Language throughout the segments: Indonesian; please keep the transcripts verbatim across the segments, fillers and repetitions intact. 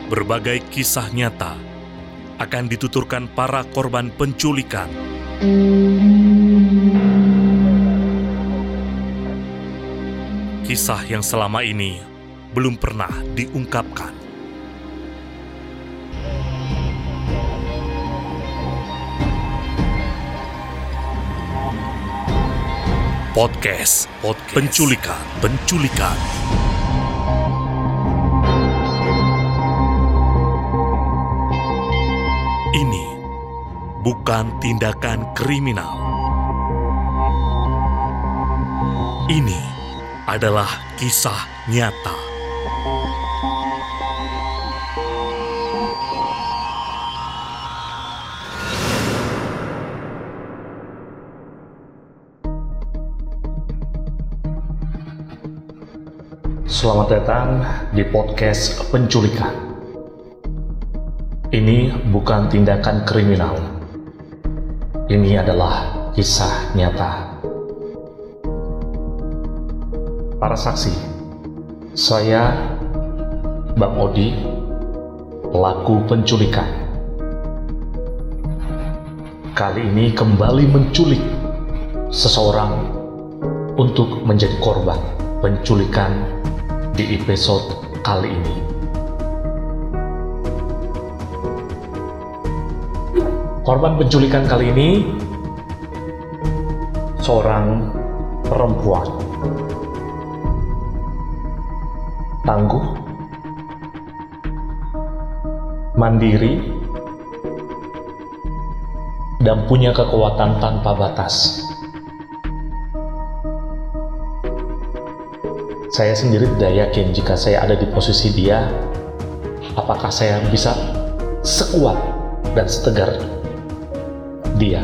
Berbagai kisah nyata akan dituturkan para korban penculikan. Kisah yang selama ini belum pernah diungkapkan. Podcast, Podcast Penculikan, Penculikan. Ini bukan tindakan kriminal. Ini adalah kisah nyata. Selamat datang di podcast penculikan. Ini bukan tindakan kriminal. Ini adalah kisah nyata. Para saksi, saya Bang Odi, pelaku penculikan. Kali ini kembali menculik seseorang untuk menjadi korban penculikan di episode kali ini. Korban penculikan kali ini seorang perempuan tangguh, mandiri, dan punya kekuatan tanpa batas. Saya sendiri tidak yakin jika saya ada di posisi dia, apakah saya bisa sekuat dan setegar dia.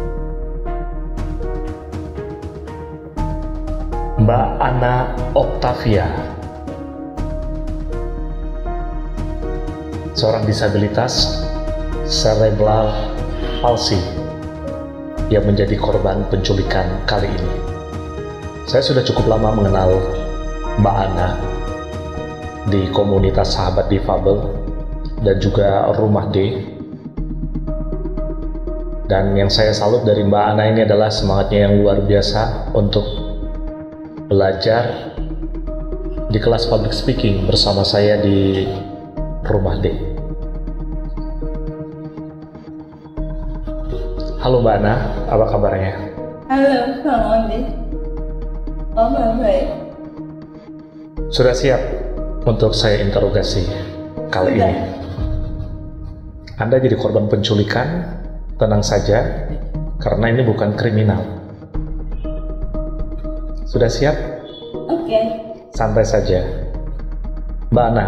Mbak Ana Octavia, seorang disabilitas cerebral palsy yang menjadi korban penculikan kali ini. Saya sudah cukup lama mengenal Mbak Ana di komunitas sahabat difabel dan juga Rumah D. Dan yang saya salut dari Mbak Ana ini adalah semangatnya yang luar biasa untuk belajar di kelas public speaking bersama saya di Rumah D. Halo Mbak Ana, apa kabarnya? Halo Bang Odi, apa baik? Sudah siap untuk saya interogasi kali Sudah. ini? Anda jadi korban penculikan, tenang saja, karena ini bukan kriminal. Sudah siap? Oke. Santai saja. Mbak Ana,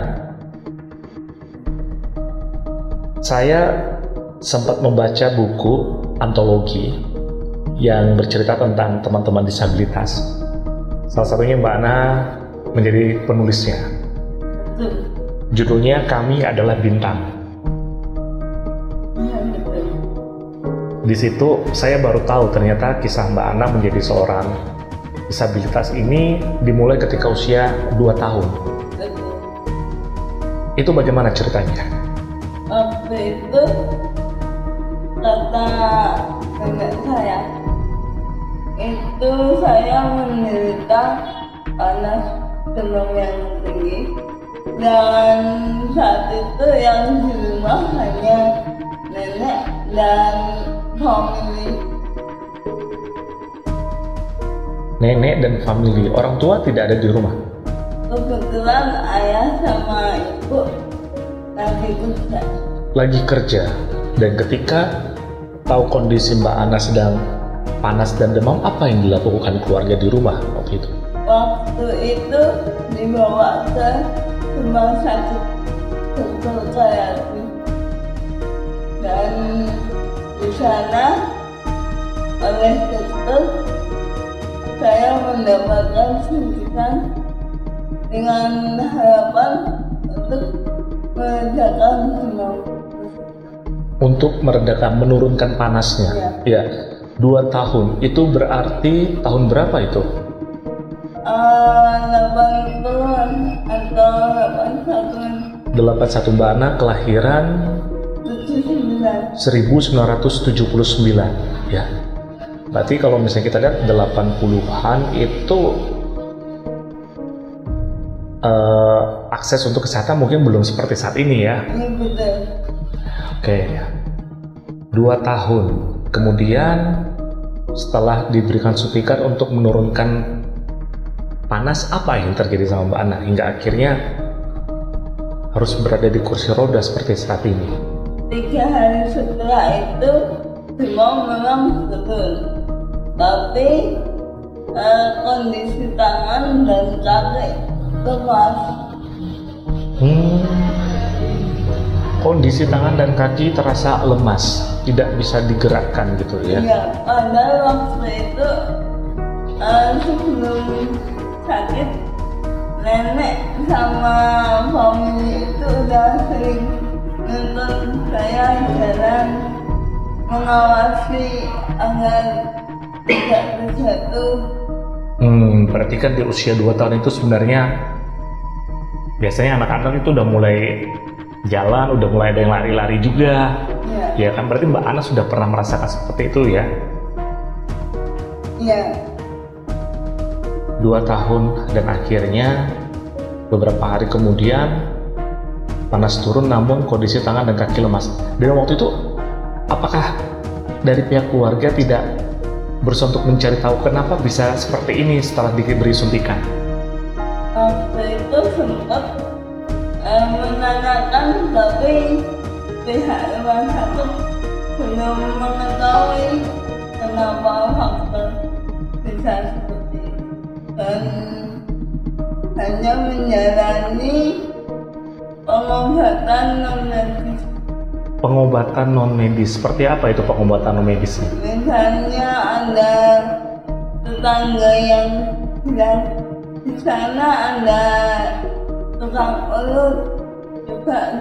saya sempat membaca buku antologi yang bercerita tentang teman-teman disabilitas. Salah satunya Mbak Ana menjadi penulisnya. Betul. Judulnya Kami Adalah Bintang. Ya, betul. Di situ saya baru tahu ternyata kisah Mbak Ana menjadi seorang disabilitas ini dimulai ketika usia dua tahun. Betul. Itu bagaimana ceritanya? Waktu itu kata nenek saya, itu saya menderita panas demam yang tinggi, dan saat itu yang di rumah hanya nenek dan family. Nenek dan family, orang tua tidak ada di rumah. Kebetulan ayah sama ibu lagi kerja. Lagi kerja, dan ketika tahu kondisi Mbak Ana sedang panas dan demam, apa yang dilakukan keluarga di rumah waktu itu? Waktu itu dibawa ke rumah sakit dokter Kayati, dan di sana oleh dokter saya mendapatkan suntikan dengan harapan untuk meredakan demam. Untuk meredakan, menurunkan panasnya. Ya. Ya, dua tahun. Itu berarti tahun berapa itu? Uh, delapan puluhan atau delapan puluh satu. delapan satu Mbak Ana kelahiran seribu sembilan ratus tujuh puluh sembilan ya. Berarti kalau misalnya kita lihat delapan puluhan itu uh, akses untuk kesehatan mungkin belum seperti saat ini ya. Iya betul. Oke, dua tahun kemudian setelah diberikan suntikan untuk menurunkan panas, apa yang terjadi sama Mbak Ana hingga akhirnya harus berada di kursi roda seperti saat ini? Tiga hari setelah itu semua memang turun, tapi uh, kondisi tangan dan kaki lemas. Hmm, kondisi tangan dan kaki terasa lemas, tidak bisa digerakkan gitu ya? Iya, padahal waktu itu uh, sebelum sakit nenek sama family itu udah sering nonton saya jalan, mengawasi agar tidak terjatuh. Hmm, berarti kan di usia dua tahun itu sebenarnya biasanya anak-anak itu udah mulai jalan, udah mulai ada yang lari-lari juga. Ya. Ya kan, berarti Mbak Ana sudah pernah merasakan seperti itu ya? Iya. Dua tahun dan akhirnya beberapa hari kemudian panas turun namun kondisi tangan dan kaki lemas. Dan waktu itu apakah dari pihak keluarga tidak berusaha untuk mencari tahu kenapa bisa seperti ini setelah diberi suntikan? Waktu itu sempat uh, menanyakan, tapi pihak rumah sakit belum mengetahui kenapa faktor bisa seperti itu, dan hanya menjalani pengobatan non medis. Pengobatan non medis, seperti apa itu pengobatan non medis? Misalnya ada tetangga yang bilang di sana ada tukang urut, coba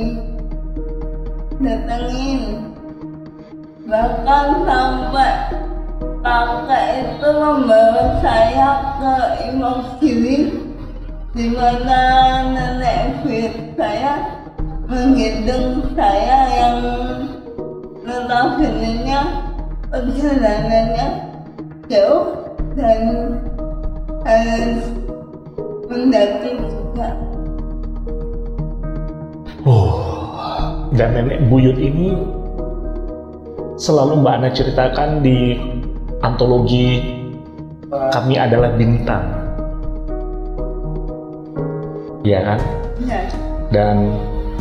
didatengin. Bahkan sampai kakek itu membawa saya ke Imogiri, di mana nenek fit saya menggendong saya yang notabene perjalanannya jauh dan harus mendaki juga. Oh, dan nenek buyut ini selalu Mbak Ana ceritakan di antologi Kami Adalah Bintang, ya kan? Ya. Dan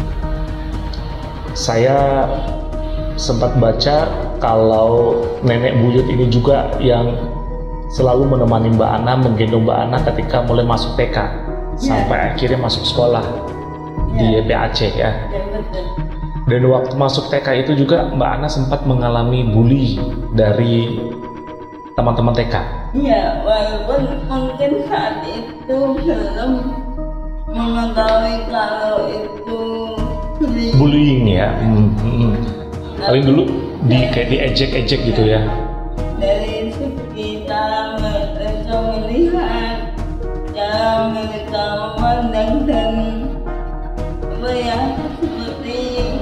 saya sempat baca kalau nenek buyut ini juga yang selalu menemani Mbak Ana, menggendong Mbak Ana ketika mulai masuk T K, yeah, sampai akhirnya masuk sekolah, yeah, di Y P A C ya. Ya, betul. Dan waktu masuk T K itu juga Mbak Ana sempat mengalami bully dari teman-teman T K. Iya, walaupun mungkin saat itu belum mengetahui kalau itu bullying, bullying ya. Hmm, hmm. Paling dulu di kayak diejek-ejek gitu ya. Dari sekitar mereka melihat, cara mereka memandang dan apa ya, seperti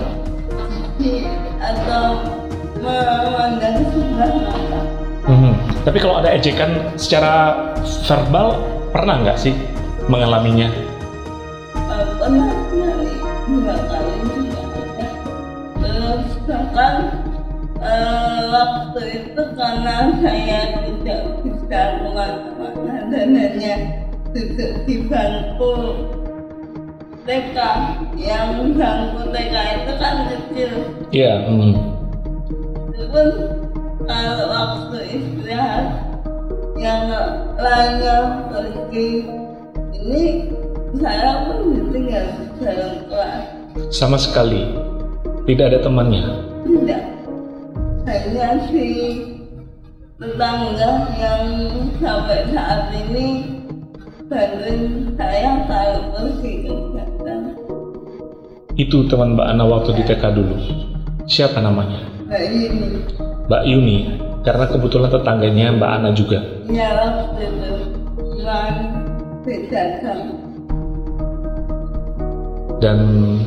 atau memandang sebelah mata. Hmm. Tapi kalau ada ejekan secara verbal pernah nggak sih mengalaminya? Uh, pernah sekali, dua kali juga ada. Terus bahkan uh, waktu itu karena saya tidak bisa kemana-mana dan hanya duduk di bangku T K, yang bangku T K itu kan kecil. Iya. Yeah. Hmm. Itu pun kalau waktu istirahat yang lainnya pergi, ini saya pun ditinggal dalam kelas. Sama sekali tidak ada temannya? Tidak, hanya si tetangga yang sampai saat ini bantuin saya kalau pergi kegiatan. Itu teman Mbak Ana waktu di T K dulu. Siapa namanya? Mbak Yuni. Mbak Yuni, karena kebetulan tetangganya Mbak Ana juga. Ya, waktu itu cuman beda jam. dan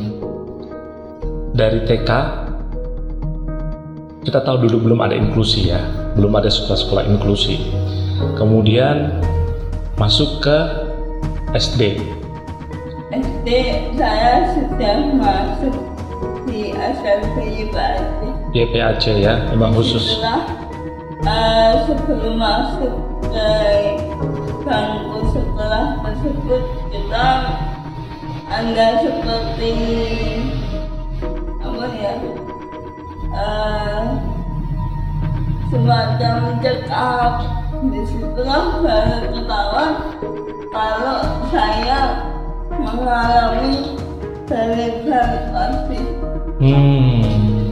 dari T K kita tahu dulu belum ada inklusi ya, belum ada sekolah-sekolah inklusi. Kemudian masuk ke S D. S D saya sudah masuk di S M P Y P A C. Y P A C ya, memang khusus. Setelah uh, sebelum masuk ke bangku sekolah tersebut, kita ada seperti apa ya, uh, semacam check up. Disitulah baru ketahuan kalau saya mengalami cerebral palsy. Hmm.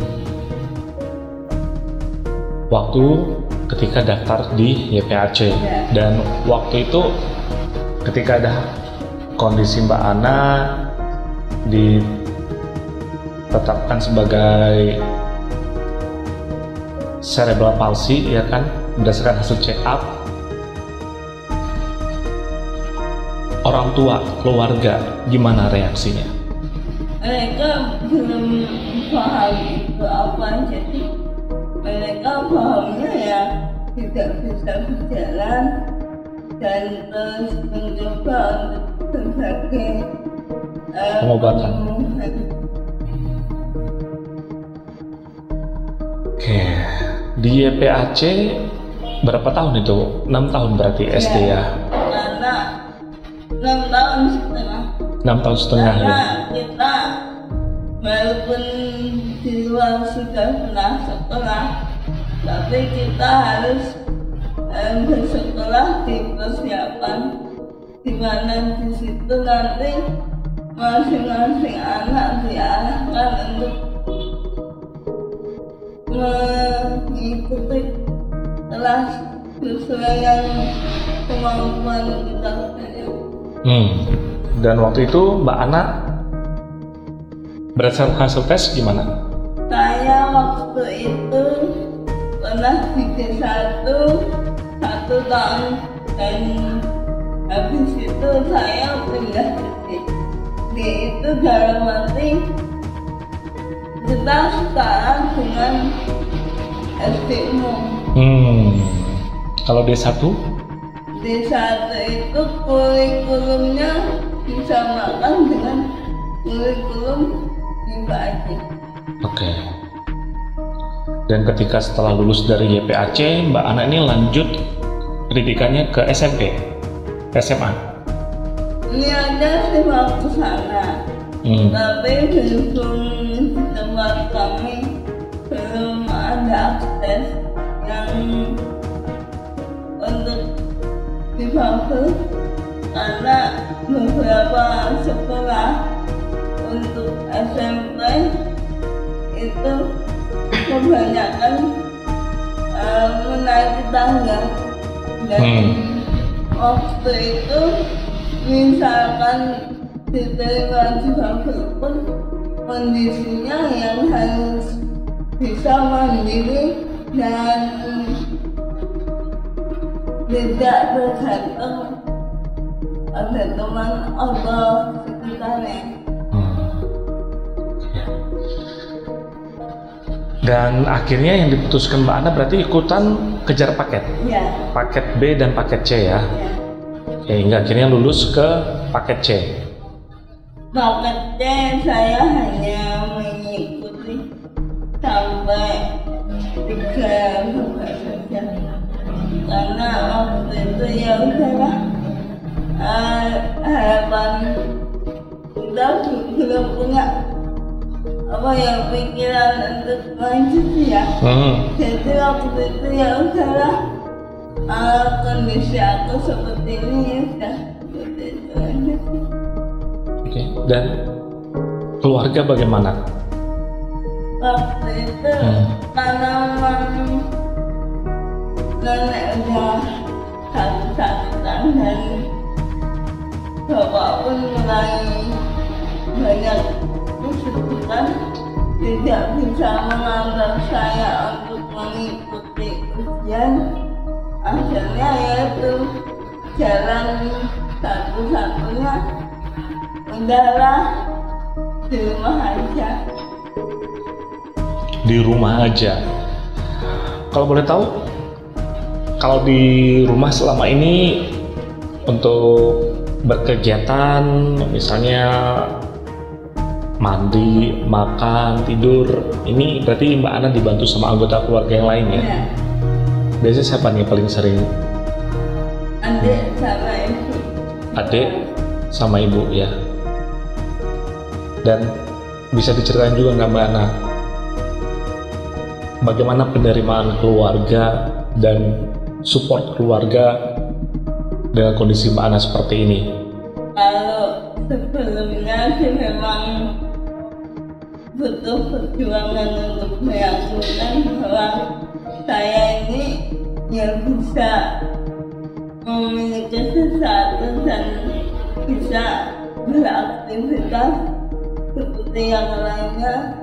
Waktu ketika daftar di Y P A C Ya. dan waktu itu ketika ada kondisi Mbak Ana ditetapkan sebagai cerebral palsy ya kan, berdasarkan hasil check up, orang tua, keluarga gimana reaksinya? Mereka belum paham itu apa, jadi mereka pahamnya ya tidak bisa berjalan dan terus mencoba untuk berbagai eh, Pengobatan. penyembuhan. Oke, di Y P A C berapa tahun itu? enam tahun berarti S D ya? Karena enam tahun setengah. enam tahun setengah ya? Karena kita walaupun di luar sudah pernah sekolah, tapi kita harus eh, bersekolah di persiapan, di mana di situ nanti masing-masing anak diarahkan untuk mengikuti kelas sesuai yang kemampuan kita saja. Hmm. Dan waktu itu Mbak Ana berdasarkan hasil tes gimana? Saya waktu itu pernah di D satu satu tahun dan habis itu saya pindah ke D. D itu dalam arti kita sekarang dengan S D umum. Hmm. Kalau D satu? D satu itu kurikulumnya disamakan dengan kurikulum Y P A C. Oke. Dan ketika setelah lulus dari Y P A C, Mbak Ana ini lanjut pendidikannya ke S M P, S M A. Ini ada sih mau ke sana. Hmm. Tapi berhubung di tempat kami belum ada akses yang untuk difabel, karena beberapa sekolah untuk S M P itu kebanyakan uh, menaiki tangga dan Hmm. waktu itu misalkan diterima difabel pun kondisinya yang harus bisa mandiri dan tidak bergantung pada teman atau sekitarnya. Hmm. Ya. Dan akhirnya yang diputuskan Mbak Ana berarti ikutan kejar paket, Ya, paket B dan paket C ya. ya. Ya, hingga akhirnya lulus ke paket C. Paket C saya hanya mengikuti sampai tiga bulan saja, karena waktu itu ya udahlah, uh, harapan kita belum punya apa ya pikiran untuk lanjut ya. Hmm. Jadi waktu itu ya udahlah, uh, kondisi aku seperti ini ya udah seperti itu aja sih. Oke. Dan keluarga bagaimana? Waktu itu Hmm. tanaman nenek udah sakit-sakitan dan bapak pun mulai banyak kesulitan, tidak bisa mengantar saya untuk mengikuti ujian. Akhirnya yaitu jalan satu-satunya udahlah, di rumah aja. Di rumah aja. Kalau boleh tahu, kalau di rumah selama ini untuk berkegiatan, misalnya mandi, makan, tidur, ini berarti Mbak Ana dibantu sama anggota keluarga yang lain ya? Ya, Biasanya siapa nih yang paling sering? adik sama ibu. Adik sama ibu ya. Dan bisa diceritain juga nggak Mbak Ana, bagaimana penerimaan keluarga dan support keluarga dengan kondisi Mbak Ana seperti ini? Kalau sebelumnya sih memang butuh perjuangan untuk meyakinkan bahwa saya ini yang bisa memiliki sesuatu dan bisa beraktivitas seperti yang lainnya,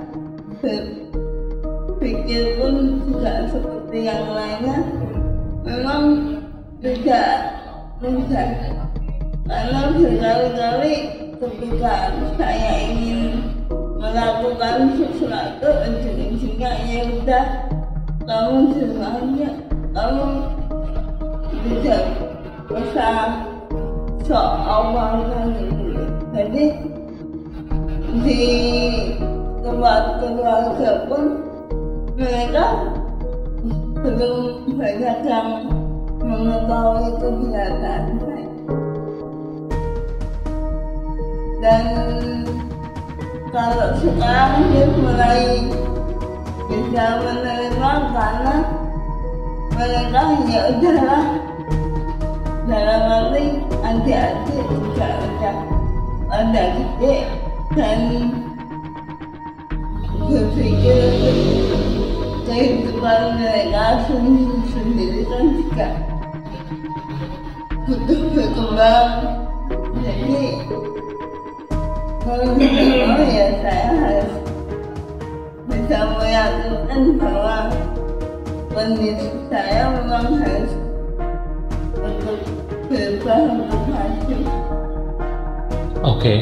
berpikir pun juga seperti yang lainnya. Memang tidak mudah, karena berkali-kali ketika saya ingin melakukan sesuatu, ujung-ujungnya ya udah kamu di rumah aja, kamu tidak usah sok awal gitu. Jadi di tempat keluarga pun mereka belum banyak yang mengetahui keberadaan saya. Dan kalau sekarang dia mulai bisa menerima karena mereka ya udahlah, dalam arti adik-adik juga udah ada gede dan berpikir kehidupan mereka sendiri kan juga butuh berkembang. Jadi kalau mau ya saya harus bisa meyakinkan bahwa kondisi saya memang harus untuk berubah, untuk maju. Oke,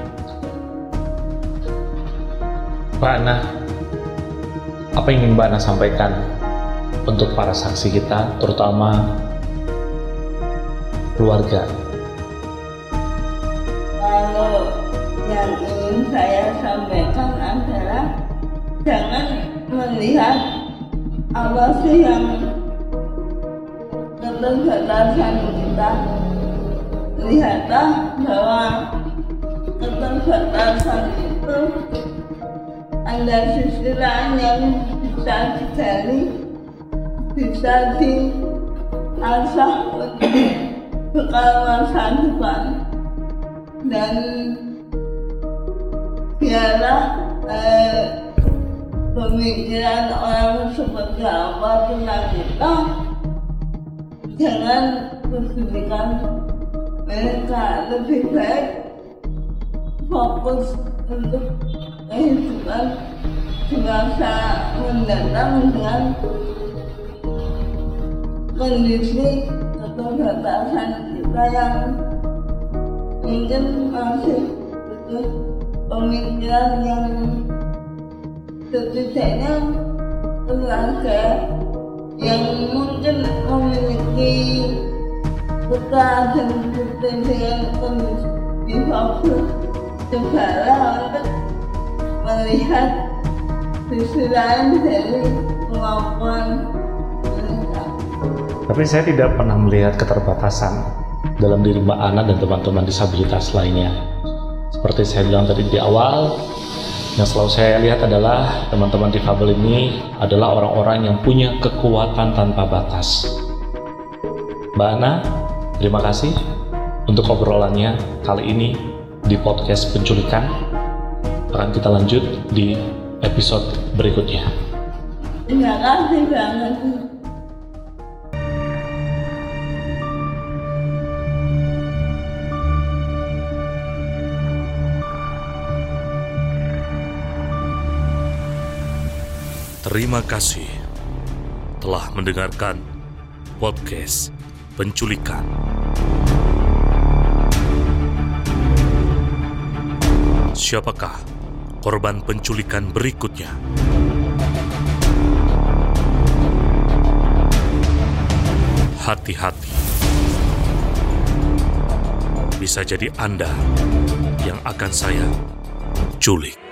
Mbak Ana, apa yang ingin Mbak Ana sampaikan untuk para saksi kita, terutama keluarga? Kalau yang ingin saya sampaikan adalah jangan melihat apa sih yang keterbatasan kita. Lihatlah bahwa keterbatasan itu ada sisi lain yang bisa digali, bisa diasah untuk bekal masa depan. Dan biarlah eh, pemikiran orang seperti apa tentang kita jangan pedulikan mereka. Lebih baik fokus untuk kehidupan di masa mendatang dengan kondisi keterbatasan kita yang mungkin masih butuh pemikiran yang setidaknya keluarga yang mungkin memiliki putra dan putri dengan kondisi bagus, cobalah untuk melihat sisi lain dari kemampuan mereka. Tapi saya tidak pernah melihat keterbatasan dalam diri Mbak Ana dan teman-teman disabilitas lainnya. Seperti saya bilang tadi di awal, yang selalu saya lihat adalah teman-teman difabel ini adalah orang-orang yang punya kekuatan tanpa batas. Mbak Ana, terima kasih untuk obrolannya kali ini di podcast penculikan. Akan kita lanjut di episode berikutnya. Terima kasih banget. Terima kasih telah mendengarkan podcast penculikan. Siapakah korban penculikan berikutnya. Hati-hati. Bisa jadi Anda yang akan saya culik.